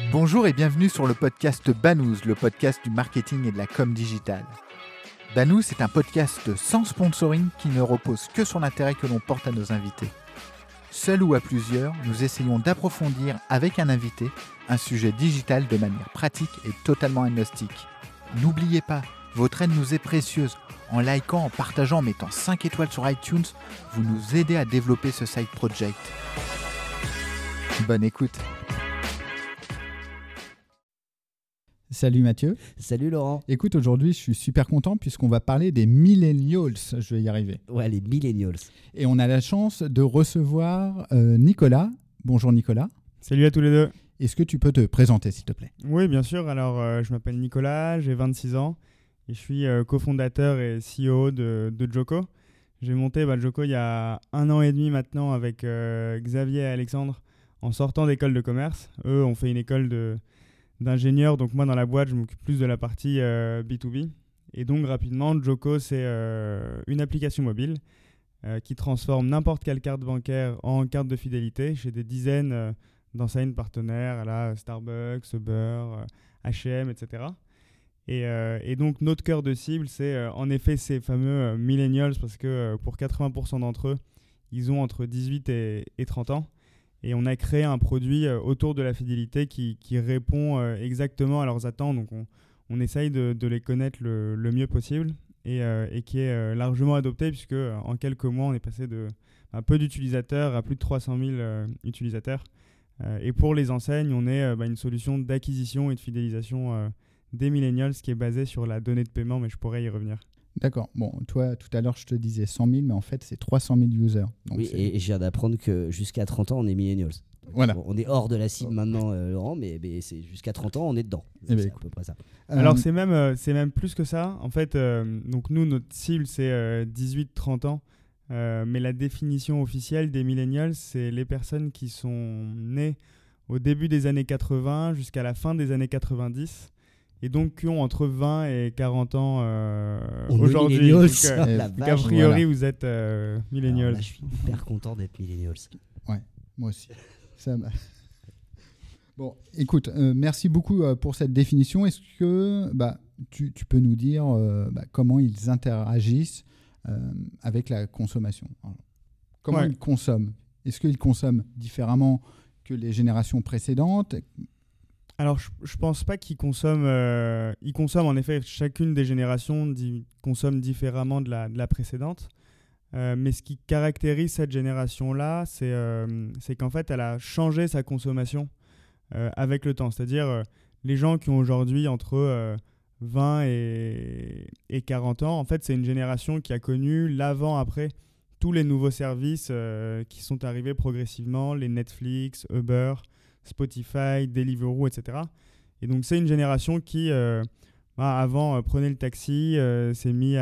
Bonjour et bienvenue sur le podcast Banous, le podcast du marketing et de la com digitale. Banous est un podcast sans sponsoring qui ne repose que sur l'intérêt que l'on porte à nos invités. Seul ou à plusieurs, nous essayons d'approfondir avec un invité un sujet digital de manière pratique et totalement agnostique. N'oubliez pas, votre aide nous est précieuse. En likant, en partageant, en mettant 5 étoiles sur iTunes, vous nous aidez à développer ce side project. Bonne écoute. Salut Mathieu. Salut Laurent. Écoute, aujourd'hui, je suis super content puisqu'on va parler des millennials. Je vais y arriver. Ouais, les millennials. Et on a la chance de recevoir Nicolas. Bonjour Nicolas. Salut à tous les deux. Est-ce que tu peux te présenter, s'il te plaît ? Oui, bien sûr. Alors, je m'appelle Nicolas, j'ai 26 ans et je suis cofondateur et CEO de Joko. J'ai monté Joko il y a 1 an et demi maintenant avec Xavier et Alexandre en sortant d'école de commerce. Eux ont fait une école d'ingénieur, donc moi dans la boîte je m'occupe plus de la partie B2B. Et donc rapidement, Joko c'est une application mobile qui transforme n'importe quelle carte bancaire en carte de fidélité chez des dizaines d'enseignes partenaires, là, Starbucks, Uber, H&M, etc. Et donc notre cœur de cible c'est en effet ces fameux millennials, parce que pour 80% d'entre eux, ils ont entre 18 et 30 ans. Et on a créé un produit autour de la fidélité qui répond exactement à leurs attentes. Donc on essaye de les connaître le mieux possible et qui est largement adopté, puisque en quelques mois, on est passé de peu d'utilisateurs à plus de 300 000 utilisateurs. Et pour les enseignes, on est une solution d'acquisition et de fidélisation des millennials qui est basée sur la donnée de paiement, mais je pourrais y revenir. D'accord. Bon, toi, tout à l'heure, je te disais 100 000, mais en fait, c'est 300 000 users. Donc oui, et je viens d'apprendre que jusqu'à 30 ans, on est millennials. Voilà. Bon, on est hors de la cible maintenant, Laurent, mais c'est jusqu'à 30 ans, on est dedans. C'est à peu près ça. Alors, c'est même plus que ça. En fait, donc nous, notre cible, c'est 18-30 ans. Mais la définition officielle des millennials, c'est les personnes qui sont nées au début des années 80 jusqu'à la fin des années 90. Et donc qui ont entre 20 et 40 ans aujourd'hui. Donc, a priori, vous êtes millennials. Là, je suis hyper content d'être millennials. Ouais, moi aussi. Ça m'a... Bon, écoute, merci beaucoup pour cette définition. Est-ce que tu peux nous dire comment ils interagissent avec la consommation ? Alors, comment ils consomment ? Est-ce qu'ils consomment différemment que les générations précédentes ? Alors, je pense pas qu'ils consomment... ils consomment, en effet, chacune des générations consomme différemment de la précédente. Mais ce qui caractérise cette génération-là, c'est qu'en fait, elle a changé sa consommation avec le temps. C'est-à-dire, les gens qui ont aujourd'hui entre 20 et 40 ans, en fait, c'est une génération qui a connu l'avant-après tous les nouveaux services qui sont arrivés progressivement, les Netflix, Uber, Spotify, Deliveroo, etc. Et donc, c'est une génération qui, avant, prenait le taxi, s'est mis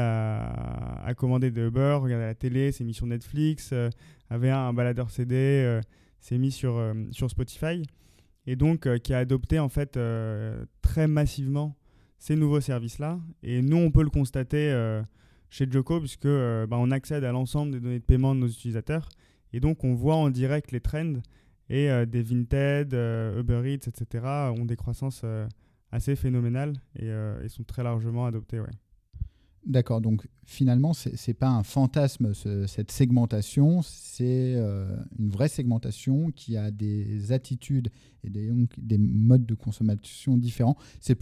à commander de Uber, regardait la télé, s'est mis sur Netflix, avait un baladeur CD, s'est mis sur Spotify. Et donc, qui a adopté, en fait, très massivement ces nouveaux services-là. Et nous, on peut le constater chez Joko, puisque on accède à l'ensemble des données de paiement de nos utilisateurs. Et donc, on voit en direct les trends. Et des Vinted, Uber Eats, etc. ont des croissances assez phénoménales et sont très largement adoptés. Ouais. D'accord, donc finalement, ce n'est pas un fantasme, cette segmentation, c'est une vraie segmentation qui a des attitudes et des modes de consommation différents.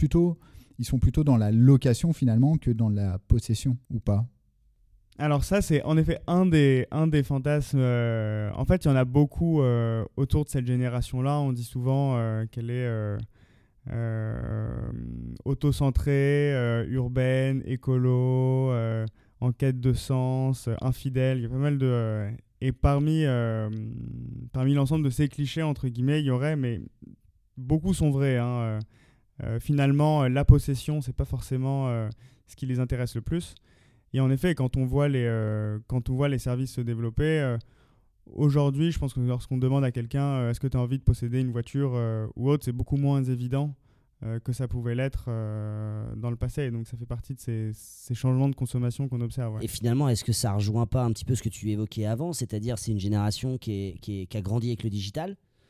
Ils sont plutôt dans la location finalement que dans la possession, ou pas ? Alors ça, c'est en effet un des fantasmes. En fait, il y en a beaucoup autour de cette génération-là. On dit souvent qu'elle est auto-centrée, urbaine, écolo, en quête de sens, infidèle. Il y a pas mal de... Et parmi l'ensemble de ces clichés, entre guillemets, il y aurait, mais beaucoup sont vrais. Finalement, la possession, c'est pas forcément ce qui les intéresse le plus. Et en effet, quand on voit les services se développer, aujourd'hui, je pense que lorsqu'on demande à quelqu'un est-ce que tu as envie de posséder une voiture ou autre, c'est beaucoup moins évident que ça pouvait l'être dans le passé. Et donc, ça fait partie de ces changements de consommation qu'on observe. Ouais. Et finalement, est-ce que ça rejoint pas un petit peu ce que tu évoquais avant ? C'est-à-dire, c'est une génération qui a grandi avec le digital,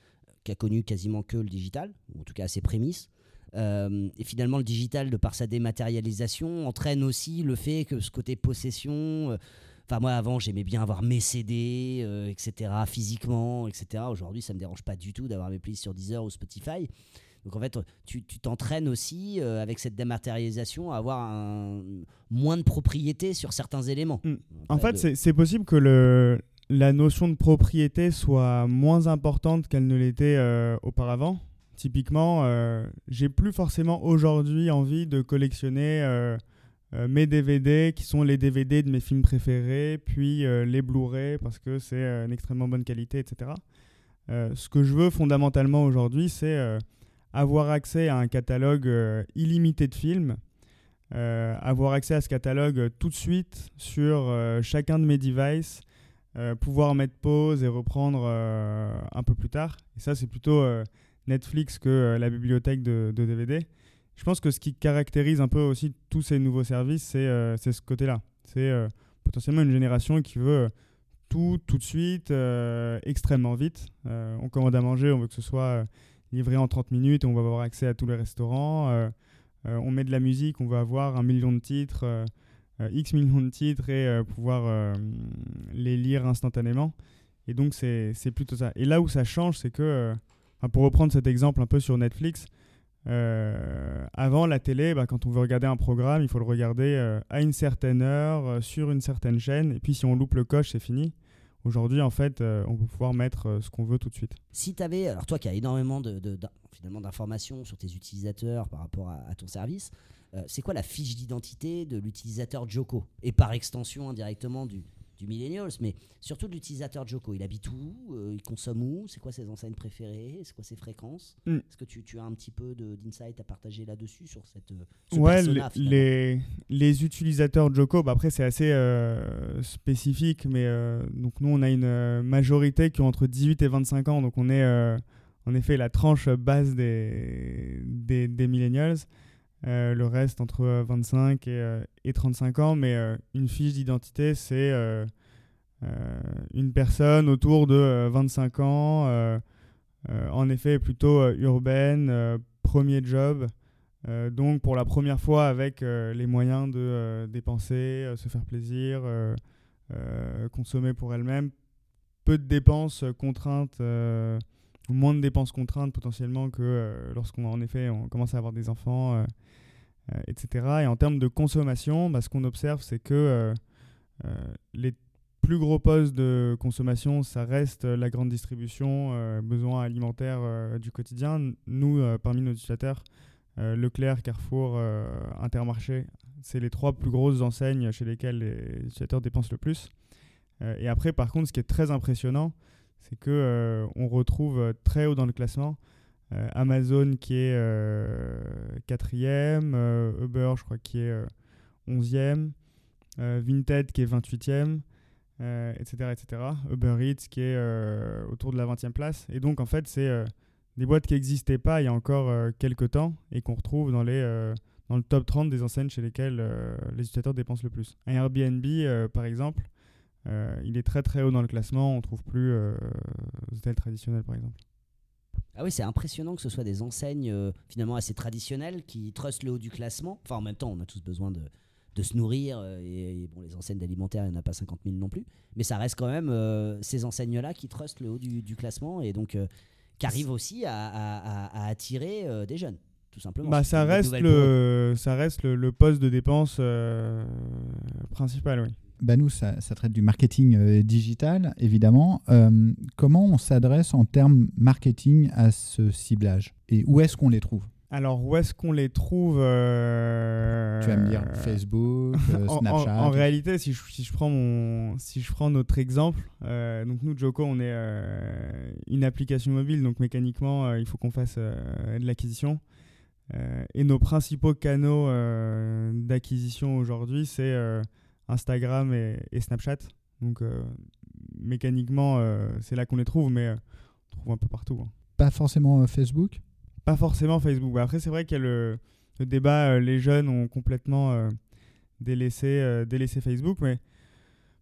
qui a connu quasiment que le digital, ou en tout cas à ses prémices. Et finalement, le digital, de par sa dématérialisation, entraîne aussi le fait que ce côté possession... moi, avant, j'aimais bien avoir mes CD, etc., physiquement, etc. Aujourd'hui, ça ne me dérange pas du tout d'avoir mes playlists sur Deezer ou Spotify. Donc, en fait, tu t'entraînes aussi, avec cette dématérialisation, à avoir moins de propriété sur certains éléments. En fait, c'est possible que la notion de propriété soit moins importante qu'elle ne l'était auparavant. Typiquement, j'ai plus forcément aujourd'hui envie de collectionner mes DVD qui sont les DVD de mes films préférés, puis les Blu-ray parce que c'est une extrêmement bonne qualité, etc. Ce que je veux fondamentalement aujourd'hui, c'est avoir accès à un catalogue illimité de films, avoir accès à ce catalogue tout de suite sur chacun de mes devices, pouvoir mettre pause et reprendre un peu plus tard. Et ça, c'est plutôt Netflix que la bibliothèque de DVD. Je pense que ce qui caractérise un peu aussi tous ces nouveaux services, c'est ce côté-là. C'est potentiellement une génération qui veut tout de suite, extrêmement vite. On commande à manger, on veut que ce soit livré en 30 minutes et on va avoir accès à tous les restaurants. On met de la musique, on veut avoir 1 million de titres, X millions de titres et pouvoir les lire instantanément. Et donc, c'est plutôt ça. Et là où ça change, c'est que, pour reprendre cet exemple un peu sur Netflix, avant la télé, quand on veut regarder un programme, il faut le regarder à une certaine heure, sur une certaine chaîne, et puis si on loupe le coche, c'est fini. Aujourd'hui, en fait, on peut pouvoir mettre ce qu'on veut tout de suite. Si tu avais, alors toi qui as énormément finalement d'informations sur tes utilisateurs par rapport à ton service, c'est quoi la fiche d'identité de l'utilisateur Joko? Et par extension, indirectement, du Millennials, mais surtout de l'utilisateur Joko. Il habite où? Il consomme où? C'est quoi ses enseignes préférées? C'est quoi ses fréquences? Est-ce que tu as un petit peu d'insight à partager là-dessus sur ce persona, les utilisateurs Joko, après c'est assez spécifique, mais donc nous on a une majorité qui ont entre 18 et 25 ans, donc on est en effet la tranche basse des millennials. Le reste entre 25 et 35 ans, mais une fiche d'identité, c'est une personne autour de 25 ans, en effet plutôt urbaine, premier job, donc pour la première fois avec les moyens de dépenser, se faire plaisir, consommer pour elle-même, peu de dépenses contraintes, ou moins de dépenses contraintes potentiellement que lorsqu'on en effet on commence à avoir des enfants, etc. Et en termes de consommation, ce qu'on observe, c'est que les plus gros postes de consommation, ça reste la grande distribution, besoins alimentaires du quotidien. Nous, parmi nos utilisateurs, Leclerc, Carrefour, Intermarché, c'est les 3 plus grosses enseignes chez lesquelles les utilisateurs dépensent le plus. Et après, par contre, ce qui est très impressionnant, c'est qu'on retrouve très haut dans le classement Amazon qui est 4e, Uber je crois qui est 11e, Vinted qui est 28e, etc., etc. Uber Eats qui est autour de la 20e place. Et donc en fait c'est des boîtes qui n'existaient pas il y a encore quelques temps et qu'on retrouve dans le top 30 des enseignes chez lesquelles les utilisateurs dépensent le plus. Un Airbnb par exemple, il est très très haut dans le classement, on ne trouve plus aux hôtels traditionnels par exemple. Ah oui, c'est impressionnant que ce soit des enseignes finalement assez traditionnelles qui trustent le haut du classement. Enfin, en même temps, on a tous besoin de se nourrir et bon, les enseignes d'alimentaire, il n'y en a pas 50 000 non plus. Mais ça reste quand même ces enseignes-là qui trustent le haut du classement et donc qui arrivent aussi à attirer des jeunes, tout simplement. Ça reste le poste de dépense principal, oui. Nous, ça traite du marketing digital, évidemment. Comment on s'adresse en termes marketing à ce ciblage? Et où est-ce qu'on les trouve? Alors, où est-ce qu'on les trouve Tu vas me dire Facebook, Snapchat. En réalité, si je prends notre exemple, donc nous, Joko, on est une application mobile, donc mécaniquement, il faut qu'on fasse de l'acquisition. Et nos principaux canaux d'acquisition aujourd'hui, c'est Instagram et Snapchat. Donc mécaniquement, c'est là qu'on les trouve, mais on trouve un peu partout. Pas forcément Facebook? Pas forcément Facebook. Après, c'est vrai qu'il y a le débat, les jeunes ont complètement délaissé Facebook, mais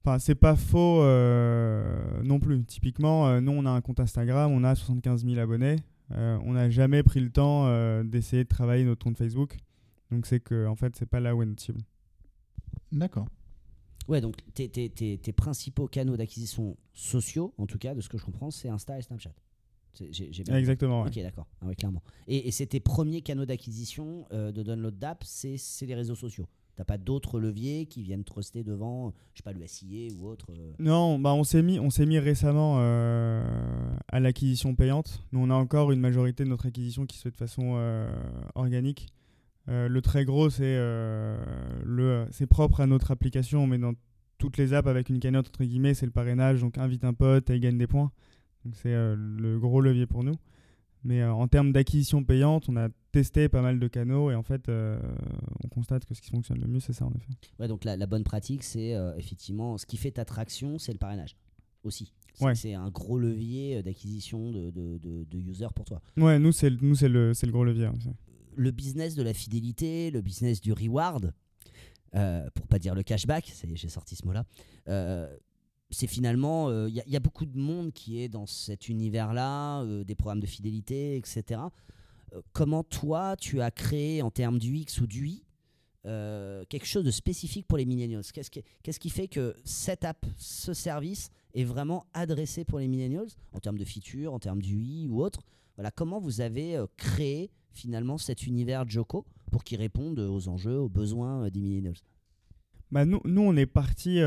Enfin, c'est pas faux non plus. Typiquement, nous, on a un compte Instagram, on a 75 000 abonnés. On n'a jamais pris le temps d'essayer de travailler notre compte Facebook. Donc, c'est que, en fait, c'est pas là où est notre cible. D'accord. Ouais, donc tes principaux canaux d'acquisition sociaux, en tout cas, de ce que je comprends, c'est Insta et Snapchat. J'ai bien Exactement. Ouais. Ok, d'accord. Ah ouais, clairement. Et c'est tes premiers canaux d'acquisition de download d'app, c'est les réseaux sociaux. T'as pas d'autres leviers qui viennent truster devant, je sais pas, le SIA ou autre Non, bah on s'est mis récemment à l'acquisition payante. Nous, on a encore une majorité de notre acquisition qui se fait de façon organique. Le très gros, c'est propre à notre application. On met dans toutes les apps avec une cagnotte, entre guillemets, c'est le parrainage. Donc, invite un pote et il gagne des points. Donc, c'est le gros levier pour nous. Mais en termes d'acquisition payante, on a testé pas mal de canaux et en fait, on constate que ce qui fonctionne le mieux, c'est ça en effet. Ouais, donc la bonne pratique, c'est effectivement ce qui fait ta traction, c'est le parrainage aussi. Ouais. C'est un gros levier d'acquisition de users pour toi. Ouais, nous, c'est le gros levier. Hein. Le business de la fidélité, le business du reward, pour pas dire le cashback, j'ai sorti ce mot-là, c'est finalement, y a beaucoup de monde qui est dans cet univers-là, des programmes de fidélité, etc. Comment toi, tu as créé en termes du X ou du Y quelque chose de spécifique pour les millennials? Qu'est-ce qui fait que cette app, ce service est vraiment adressé pour les millennials en termes de features, en termes du Y ou autre? Voilà, comment vous avez créé finalement cet univers Joko pour qu'il réponde aux enjeux, aux besoins des millennials? Bah nous, on est parti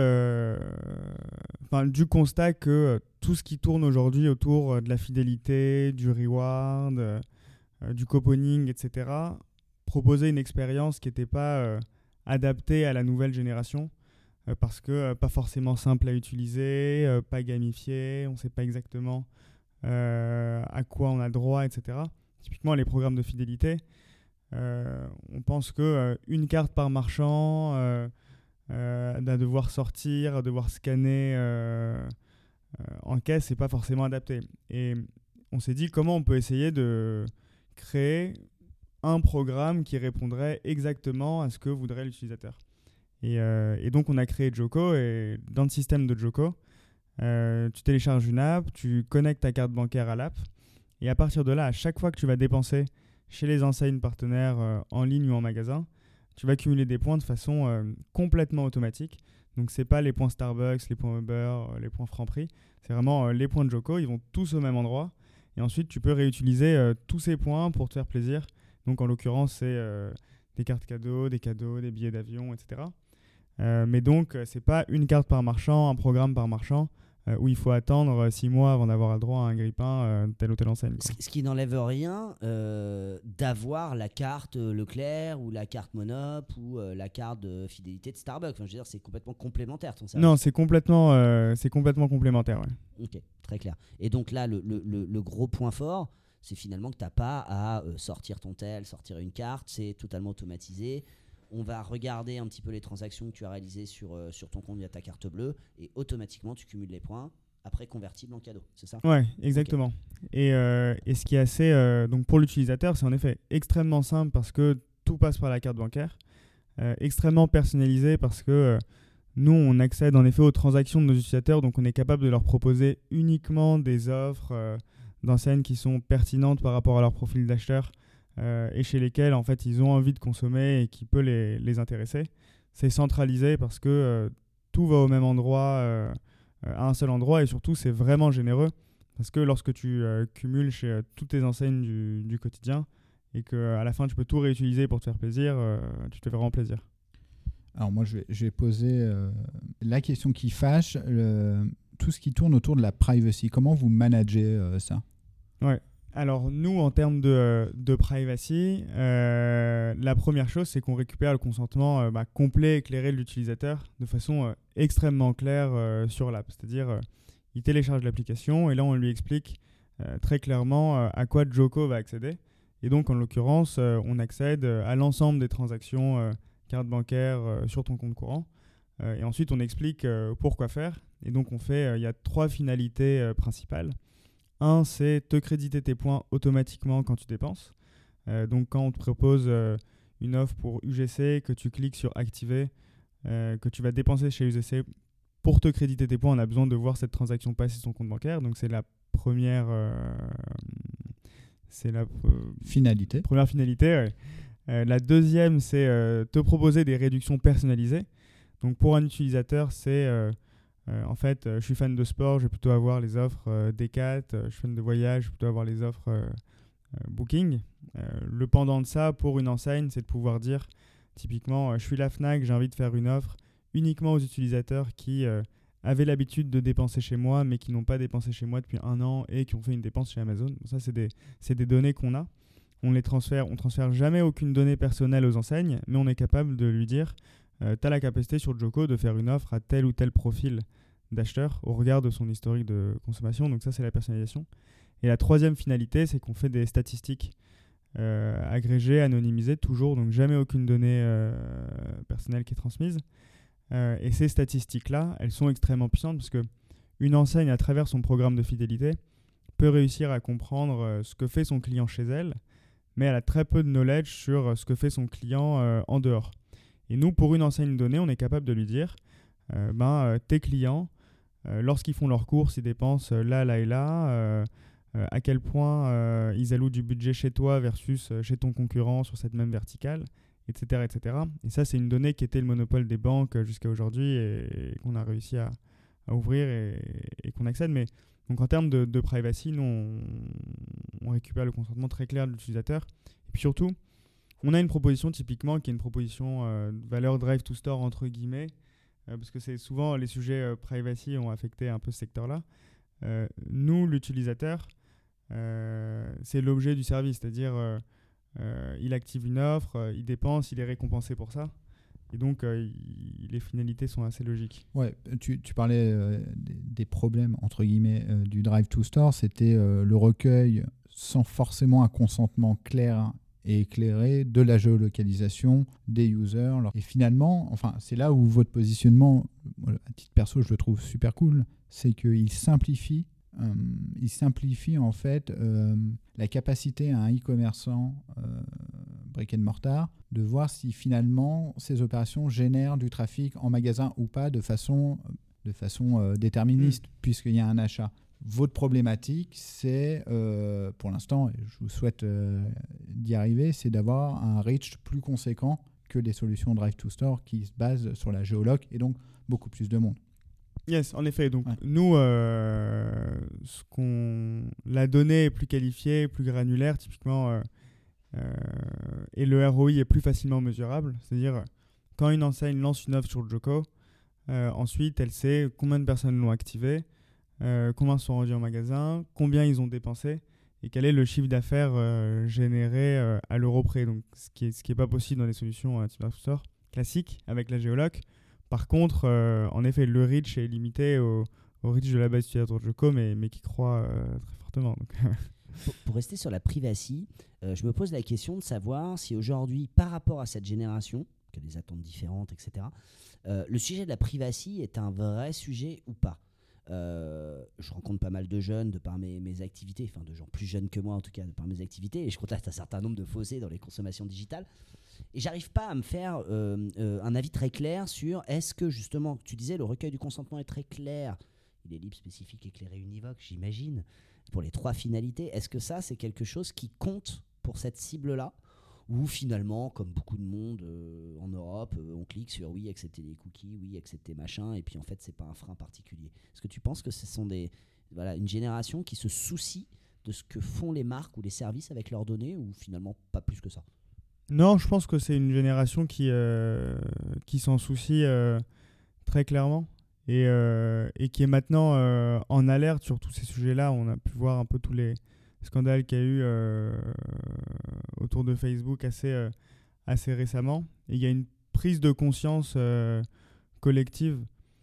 du constat que tout ce qui tourne aujourd'hui autour de la fidélité, du reward, du couponing, etc., proposait une expérience qui n'était pas adaptée à la nouvelle génération parce que pas forcément simple à utiliser, pas gamifié, on ne sait pas exactement à quoi on a droit, etc. Typiquement, les programmes de fidélité, on pense qu'une carte par marchand, à devoir sortir, à devoir scanner en caisse, c'est pas forcément adapté. Et on s'est dit comment on peut essayer de créer un programme qui répondrait exactement à ce que voudrait l'utilisateur. Et donc on a créé Joko, et dans le système de Joko, tu télécharges une app, tu connectes ta carte bancaire à l'app, et à partir de là, à chaque fois que tu vas dépenser chez les enseignes partenaires en ligne ou en magasin, tu vas cumuler des points de façon complètement automatique. Donc, ce n'est pas les points Starbucks, les points Uber, les points Franprix. C'est vraiment les points de Joko. Ils vont tous au même endroit. Et ensuite, tu peux réutiliser tous ces points pour te faire plaisir. Donc, en l'occurrence, c'est des cartes cadeaux, des billets d'avion, etc. Mais donc, ce n'est pas une carte par marchand, un programme par marchand, où il faut attendre 6 mois avant d'avoir le droit à un grille-pain telle ou telle enseigne. Ce qui n'enlève rien d'avoir la carte Leclerc ou la carte Monop ou la carte de fidélité de Starbucks. Enfin, je veux dire, c'est complètement complémentaire ton service. Non, c'est complètement complémentaire. Ouais. Ok, très clair. Et donc là, le gros point fort, c'est finalement que tu n'as pas à sortir ton tel, sortir une carte, c'est totalement automatisé. On va regarder un petit peu les transactions que tu as réalisées sur ton compte via ta carte bleue et automatiquement tu cumules les points, après convertibles en cadeau, c'est ça? Ouais, exactement. Okay. Et ce qui est assez donc pour l'utilisateur, c'est en effet extrêmement simple parce que tout passe par la carte bancaire, extrêmement personnalisé parce que nous on accède en effet aux transactions de nos utilisateurs, donc on est capable de leur proposer uniquement des offres d'enseignes qui sont pertinentes par rapport à leur profil d'acheteur. Et chez lesquels en fait ils ont envie de consommer et qui peut les intéresser. C'est centralisé parce que tout va au même endroit, à un seul endroit, et surtout c'est vraiment généreux parce que lorsque tu cumules chez toutes tes enseignes du quotidien et qu'à la fin tu peux tout réutiliser pour te faire plaisir, tu te fais vraiment plaisir. Alors moi je vais poser la question qui fâche, tout ce qui tourne autour de la privacy. Comment vous managez ça? Ouais. Alors nous, en termes de privacy, la première chose, c'est qu'on récupère le consentement complet et éclairé de l'utilisateur de façon extrêmement claire sur l'app. C'est-à-dire, il télécharge l'application et là, on lui explique très clairement à quoi Joko va accéder. Et donc, en l'occurrence, on accède à l'ensemble des transactions carte bancaire sur ton compte courant. Et ensuite, on explique pourquoi faire. Et donc, il y a 3 finalités principales. Un, c'est te créditer tes points automatiquement quand tu dépenses. Donc, quand on te propose une offre pour UGC, que tu cliques sur activer, que tu vas dépenser chez UGC pour te créditer tes points, on a besoin de voir cette transaction passer sur ton compte bancaire. Donc c'est la première finalité. Première finalité, ouais. La deuxième, c'est te proposer des réductions personnalisées. Donc pour un utilisateur, c'est en fait, je suis fan de sport, je vais plutôt avoir les offres Decat. Je suis fan de voyage, je vais plutôt avoir les offres Booking. Le pendant de ça, pour une enseigne, c'est de pouvoir dire, typiquement, je suis la Fnac, j'ai envie de faire une offre uniquement aux utilisateurs qui avaient l'habitude de dépenser chez moi, mais qui n'ont pas dépensé chez moi depuis 1 an et qui ont fait une dépense chez Amazon. Bon, ça, c'est des données qu'on a. On transfère jamais aucune donnée personnelle aux enseignes, mais on est capable de lui dire tu as la capacité sur Joko de faire une offre à tel ou tel profil d'acheteur au regard de son historique de consommation. Donc ça, c'est la personnalisation. Et la troisième finalité, c'est qu'on fait des statistiques agrégées, anonymisées, toujours, donc jamais aucune donnée personnelle qui est transmise. Et ces statistiques-là, elles sont extrêmement puissantes parce qu'une enseigne, à travers son programme de fidélité, peut réussir à comprendre ce que fait son client chez elle, mais elle a très peu de knowledge sur ce que fait son client en dehors. Et nous, pour une enseigne donnée, on est capable de lui dire tes clients, lorsqu'ils font leurs courses, ils dépensent là, là et là, à quel point ils allouent du budget chez toi versus chez ton concurrent sur cette même verticale, etc., etc. Et ça, c'est une donnée qui était le monopole des banques jusqu'à aujourd'hui et qu'on a réussi à ouvrir et qu'on accède. Mais donc en termes de privacy, nous, on récupère le consentement très clair de l'utilisateur. Et puis surtout, on a une proposition typiquement qui est une proposition de valeur drive to store entre guillemets, parce que c'est souvent les sujets privacy ont affecté un peu ce secteur-là. Nous, l'utilisateur, c'est l'objet du service, c'est-à-dire il active une offre, il dépense, il est récompensé pour ça. Et donc, les finalités sont assez logiques. Ouais, tu parlais des problèmes, entre guillemets, du drive to store. C'était le recueil sans forcément un consentement clair et éclairé de la géolocalisation des users. Et finalement, enfin, c'est là où votre positionnement, à titre perso, je le trouve super cool, c'est qu'il simplifie en fait la capacité à un e-commerçant brick and mortar de voir si finalement ces opérations génèrent du trafic en magasin ou pas de façon déterministe, puisqu'il y a un achat. Votre problématique, c'est, pour l'instant, et je vous souhaite d'y arriver, c'est d'avoir un reach plus conséquent que les solutions Drive to Store qui se basent sur la géoloc et donc beaucoup plus de monde. Yes, en effet. Donc, nous, la donnée est plus qualifiée, plus granulaire, typiquement, et le ROI est plus facilement mesurable. C'est-à-dire, quand une enseigne lance une offre sur Joko, ensuite, elle sait combien de personnes l'ont activée, combien sont rendus en magasin, combien ils ont dépensé et quel est le chiffre d'affaires généré à l'euro près. Donc, ce qui est pas possible dans les solutions type store classiques avec la géoloc. Par contre, en effet, le reach est limité au reach de la base utilisateur de Joko, mais qui croît très fortement. Donc. Pour rester sur la privacy, je me pose la question de savoir si aujourd'hui, par rapport à cette génération, qui a des attentes différentes, etc., le sujet de la privacy est un vrai sujet ou pas. Je rencontre pas mal de jeunes de par mes activités, enfin de gens plus jeunes que moi en tout cas, de par mes activités, et je constate un certain nombre de fossés dans les consommations digitales. Et j'arrive pas à me faire un avis très clair sur est-ce que justement, tu disais le recueil du consentement est très clair, il est libre, spécifique, éclairé, univoque, j'imagine, pour les 3 finalités. Est-ce que ça c'est quelque chose qui compte pour cette cible-là, ou finalement, comme beaucoup de monde en Europe, on clique sur oui, accepter les cookies, oui, accepter machin, et puis en fait c'est pas un frein particulier. Est-ce que tu penses que ce sont une génération qui se soucie de ce que font les marques ou les services avec leurs données, ou finalement pas plus que ça? Non, je pense que c'est une génération qui s'en soucie très clairement et qui est maintenant en alerte sur tous ces sujets-là. On a pu voir un peu tous les scandales qu'il y a eu autour de Facebook assez récemment. Et il y a une prise de conscience collective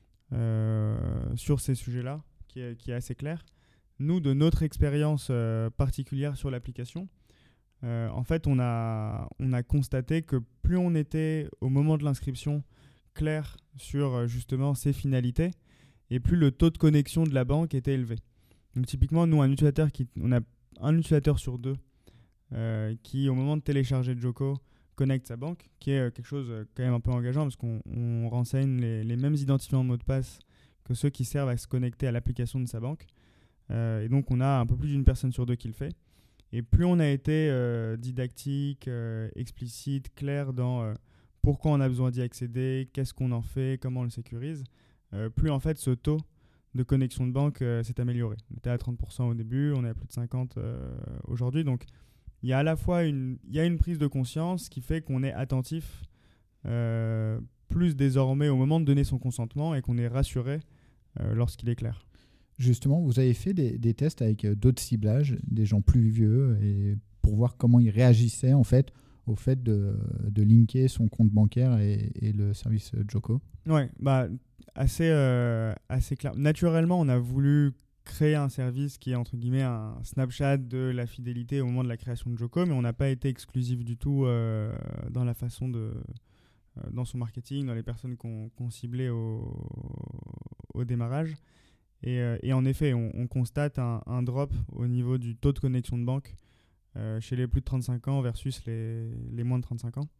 sur ces sujets-là qui est assez claire. Nous, de notre expérience particulière sur l'application, en fait, on a constaté que plus on était, au moment de l'inscription, clair sur justement ces finalités, et plus le taux de connexion de la banque était élevé. Donc typiquement, nous, on a un utilisateur sur 2 qui, au moment de télécharger Joko, connecte sa banque, qui est quelque chose quand même un peu engageant, parce qu'on renseigne les mêmes identifiants de mot de passe que ceux qui servent à se connecter à l'application de sa banque. Et donc, on a un peu plus d'une personne sur deux qui le fait. Et plus on a été didactique, explicite, clair dans pourquoi on a besoin d'y accéder, qu'est-ce qu'on en fait, comment on le sécurise, plus en fait ce taux de connexion de banque s'est amélioré. On était à 30% au début, on est à plus de 50% aujourd'hui. Donc il y a à la fois une prise de conscience qui fait qu'on est attentif plus désormais au moment de donner son consentement et qu'on est rassuré lorsqu'il est clair. Justement, vous avez fait des tests avec d'autres ciblages, des gens plus vieux, et pour voir comment ils réagissaient en fait au fait de linker son compte bancaire et le service Joko. Ouais, assez clair. Naturellement, on a voulu créer un service qui est entre guillemets un Snapchat de la fidélité au moment de la création de Joko, mais on n'a pas été exclusif du tout dans la façon dans son marketing, dans les personnes qu'on ciblait au démarrage. Et en effet, on constate un drop au niveau du taux de connexion de banque chez les plus de 35 ans versus les moins de 35 ans,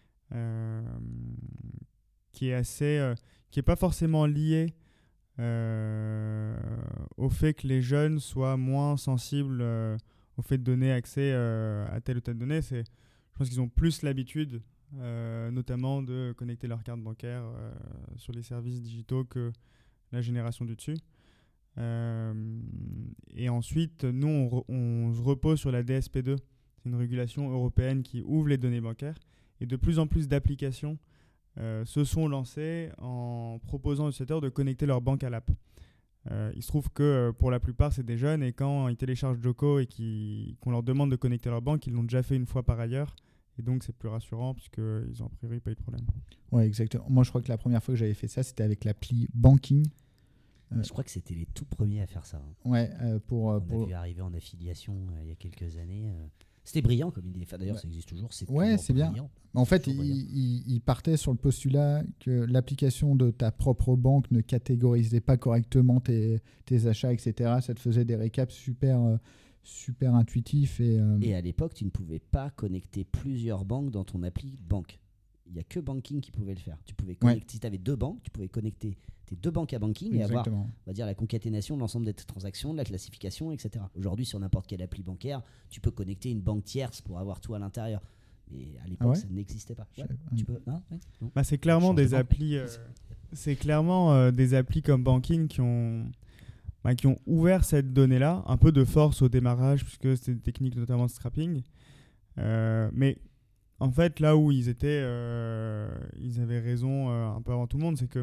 qui est pas forcément lié au fait que les jeunes soient moins sensibles au fait de donner accès à telle ou telle donnée. Je pense qu'ils ont plus l'habitude, notamment de connecter leur carte bancaire sur les services digitaux que la génération du dessus. Et ensuite, nous, on se repose sur la DSP2. C'est une régulation européenne qui ouvre les données bancaires. Et de plus en plus d'applications se sont lancées en proposant aux utilisateurs de connecter leur banque à l'app. Il se trouve que pour la plupart, c'est des jeunes et quand ils téléchargent Joko et qu'on leur demande de connecter leur banque, ils l'ont déjà fait une fois par ailleurs. Et donc, c'est plus rassurant puisqu'ils n'ont a priori pas eu de problème. Oui, exactement. Moi, je crois que la première fois que j'avais fait ça, c'était avec l'appli Banking. Je crois que c'était les tout premiers à faire ça. Ouais, on a vu arriver en affiliation il y a quelques années. C'était brillant comme idée. Enfin, d'ailleurs, ça existe toujours. C'est bien. Brillant. En fait, il partait sur le postulat que l'application de ta propre banque ne catégorisait pas correctement tes achats, etc. Ça te faisait des récaps super intuitifs. Et à l'époque, tu ne pouvais pas connecter plusieurs banques dans ton appli banque. Il n'y a que Banking qui pouvait le faire. Tu pouvais connecter, si tu avais deux banques, tu pouvais connecter tes deux banques à Banking et avoir, on va dire, la concaténation de l'ensemble des transactions, de la classification, etc. Aujourd'hui, sur n'importe quelle appli bancaire, tu peux connecter une banque tierce pour avoir tout à l'intérieur. Mais à l'époque, ça n'existait pas. Ouais, tu peux, non, c'est clairement des applis. C'est clairement des applis comme Banking qui ont ouvert cette donnée-là, un peu de force au démarrage, puisque c'était des techniques notamment de scrapping. Mais en fait, là où ils avaient raison un peu avant tout le monde, c'est que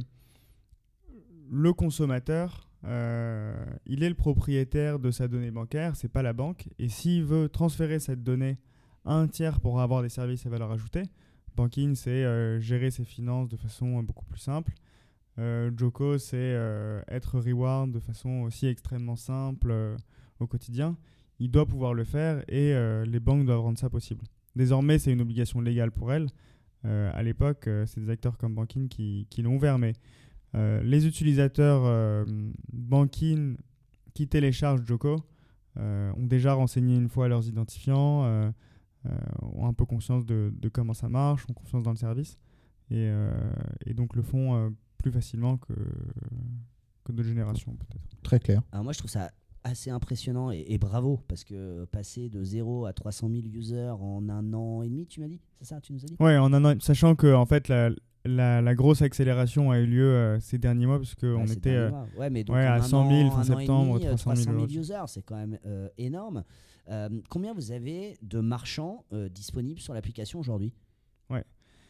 le consommateur, il est le propriétaire de sa donnée bancaire, c'est pas la banque. Et s'il veut transférer cette donnée à un tiers pour avoir des services à valeur ajoutée, Banking, c'est gérer ses finances de façon beaucoup plus simple. Joko, c'est être reward de façon aussi extrêmement simple au quotidien. Il doit pouvoir le faire et les banques doivent rendre ça possible. Désormais, c'est une obligation légale pour elles. À l'époque, c'est des acteurs comme Banking qui l'ont ouvert, mais les utilisateurs Banking qui téléchargent Joko ont déjà renseigné une fois leurs identifiants, ont un peu conscience de comment ça marche, ont confiance dans le service et donc le font plus facilement que d'autres générations peut-être. Très clair. Alors moi, je trouve ça assez impressionnant et bravo, parce que passer de 0 à 300 000 users en 1 an et demi, tu m'as dit, c'est ça, tu nous as dit? Ouais, en 1 an, sachant que en fait la grosse accélération a eu lieu ces derniers mois, parce qu'on était à 100 000 fin septembre, 300 000 users, c'est quand même énorme. Combien vous avez de marchands disponibles sur l'application aujourd'hui? Ouais.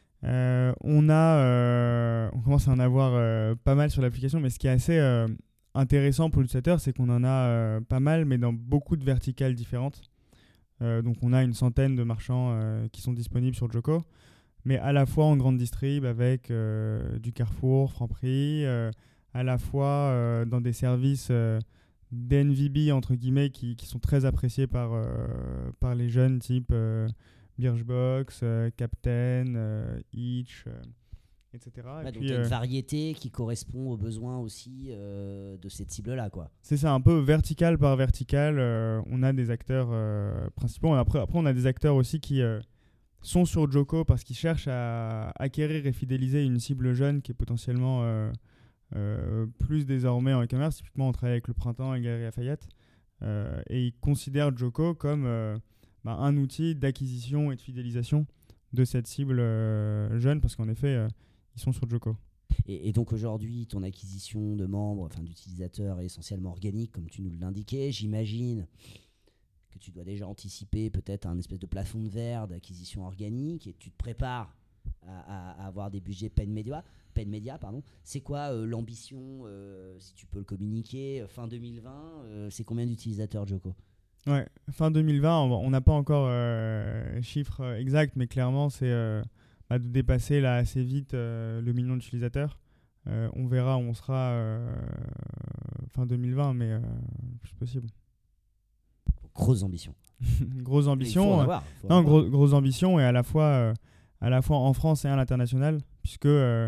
On commence à en avoir pas mal sur l'application, mais ce qui est assez intéressant pour l'utilisateur, c'est qu'on en a pas mal, mais dans beaucoup de verticales différentes. Donc on a une centaine de marchands qui sont disponibles sur Joko, mais à la fois en grande distrib avec du Carrefour, Franprix, à la fois dans des services d'NVB entre guillemets qui sont très appréciés par les jeunes, type Birchbox, Captain, Itch, etc. Ouais, donc il y a une variété qui correspond aux besoins aussi de cette cible-là, quoi. C'est ça, un peu vertical par vertical. On a des acteurs principaux. Après, on a des acteurs aussi qui sont sur Joko parce qu'ils cherchent à acquérir et fidéliser une cible jeune qui est potentiellement plus désormais en e-commerce. Typiquement, on travaille avec le Printemps et Galeries Lafayette. Et ils considèrent Joko comme un outil d'acquisition et de fidélisation de cette cible jeune, parce qu'en effet, ils sont sur Joko. Et donc aujourd'hui, ton acquisition de membres, enfin d'utilisateurs est essentiellement organique, comme tu nous l'indiquais. J'imagine que tu dois déjà anticiper peut-être un espèce de plafond de verre d'acquisition organique et tu te prépares à avoir des budgets paid media. C'est quoi l'ambition, si tu peux le communiquer, fin 2020 c'est combien d'utilisateurs Joko ? Ouais, fin 2020, on n'a pas encore chiffre exact, mais clairement, c'est de dépasser là, assez vite le 1 million d'utilisateurs. On verra où on sera fin 2020, mais le plus possible. Grosse ambition. Grosse ambition. Il faut en avoir. Grosse ambition, et à la fois en France et à l'international, puisque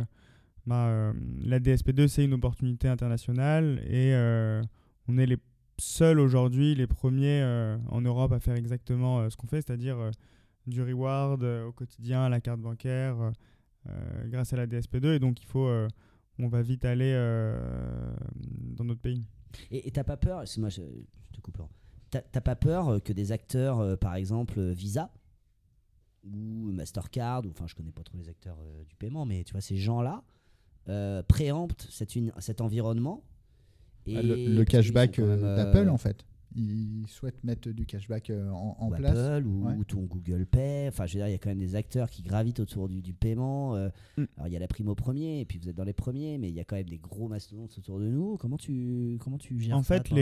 la DSP2, c'est une opportunité internationale, et on est les seuls aujourd'hui, les premiers en Europe à faire exactement ce qu'on fait, c'est-à-dire du reward au quotidien, à la carte bancaire, grâce à la DSP2. Et donc, on va vite aller dans notre pays. Et t'as pas peur, excuse-moi, je te coupe, t'as pas peur que des acteurs, par exemple Visa ou Mastercard, enfin je connais pas trop les acteurs du paiement, mais tu vois, ces gens-là préemptent cet environnement et le cashback d'Apple, en fait. Ils souhaitent mettre du cashback en place. Apple ou ton Google Pay. Enfin, je veux dire, il y a quand même des acteurs qui gravitent autour du paiement. Alors, il y a la prime au premier, et puis vous êtes dans les premiers, mais il y a quand même des gros mastodontes autour de nous. Comment tu gères ça? En fait,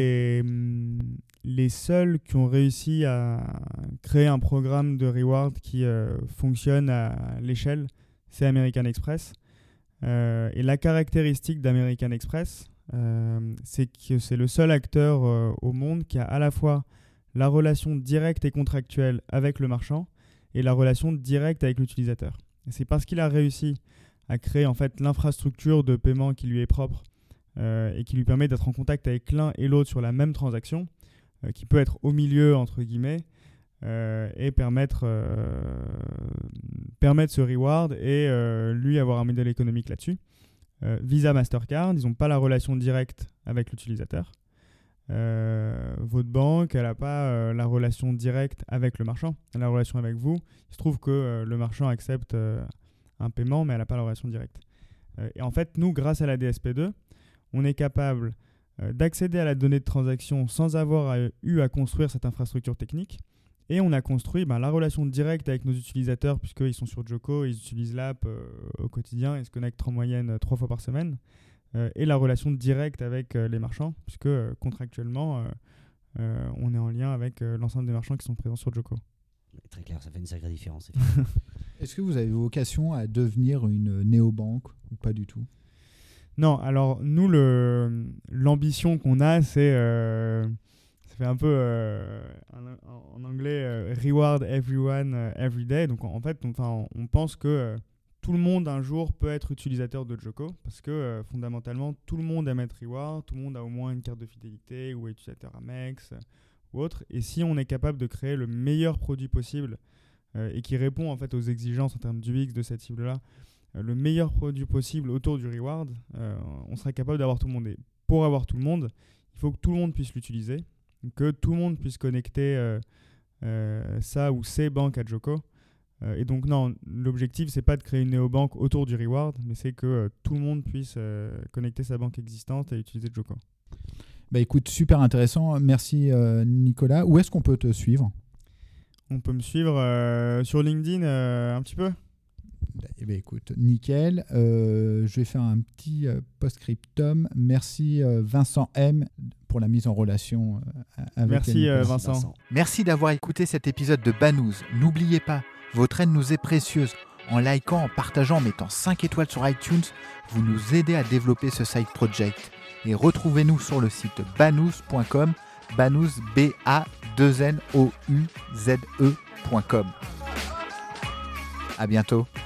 les seuls qui ont réussi à créer un programme de reward qui fonctionne à l'échelle, c'est American Express. Et la caractéristique d'American Express, c'est que c'est le seul acteur au monde qui a à la fois la relation directe et contractuelle avec le marchand et la relation directe avec l'utilisateur. Et c'est parce qu'il a réussi à créer en fait l'infrastructure de paiement qui lui est propre et qui lui permet d'être en contact avec l'un et l'autre sur la même transaction, qui peut être au milieu entre guillemets et permettre ce reward et lui avoir un modèle économique là-dessus. Visa, Mastercard, ils n'ont pas la relation directe avec l'utilisateur. Votre banque, elle n'a pas la relation directe avec le marchand. Elle a la relation avec vous. Il se trouve que le marchand accepte un paiement, mais elle n'a pas la relation directe. Et en fait, nous, grâce à la DSP2, on est capable d'accéder à la donnée de transaction sans avoir eu à construire cette infrastructure technique. Et on a construit la relation directe avec nos utilisateurs, puisqu'ils sont sur Joko, ils utilisent l'app au quotidien, ils se connectent en moyenne 3 fois par semaine. Et la relation directe avec les marchands, puisque contractuellement, on est en lien avec l'ensemble des marchands qui sont présents sur Joko. Très clair, ça fait une sacrée différence. Est-ce que vous avez vocation à devenir une néobanque ou pas du tout ? Non, alors nous, l'ambition qu'on a, c'est... ça fait un peu en anglais reward everyone every day. Donc en fait, on pense que tout le monde un jour peut être utilisateur de Joko, parce que fondamentalement tout le monde aime être reward, tout le monde a au moins une carte de fidélité ou est utilisateur Amex ou autre. Et si on est capable de créer le meilleur produit possible et qui répond en fait aux exigences en termes d'UX de cette cible-là, le meilleur produit possible autour du reward, on sera capable d'avoir tout le monde. Et pour avoir tout le monde, il faut que tout le monde puisse l'utiliser, que tout le monde puisse connecter ça ou ses banques à Joko. Et donc non, l'objectif c'est pas de créer une néobanque autour du reward, mais c'est que tout le monde puisse connecter sa banque existante et utiliser Joko. Bah écoute, super intéressant, merci Nicolas. Où est-ce qu'on peut te suivre ? On peut me suivre sur LinkedIn un petit peu. Eh bien, écoute, nickel. Je vais faire un petit post-scriptum. Merci Vincent M pour la mise en relation avec Merci Vincent. Merci d'avoir écouté cet épisode de Banous. N'oubliez pas, votre aide nous est précieuse. En likant, en partageant, en mettant 5 étoiles sur iTunes, vous nous aidez à développer ce side project. Et retrouvez-nous sur le site banous.com, banous, B-A-2-N-O-U-Z-E.com. À bientôt.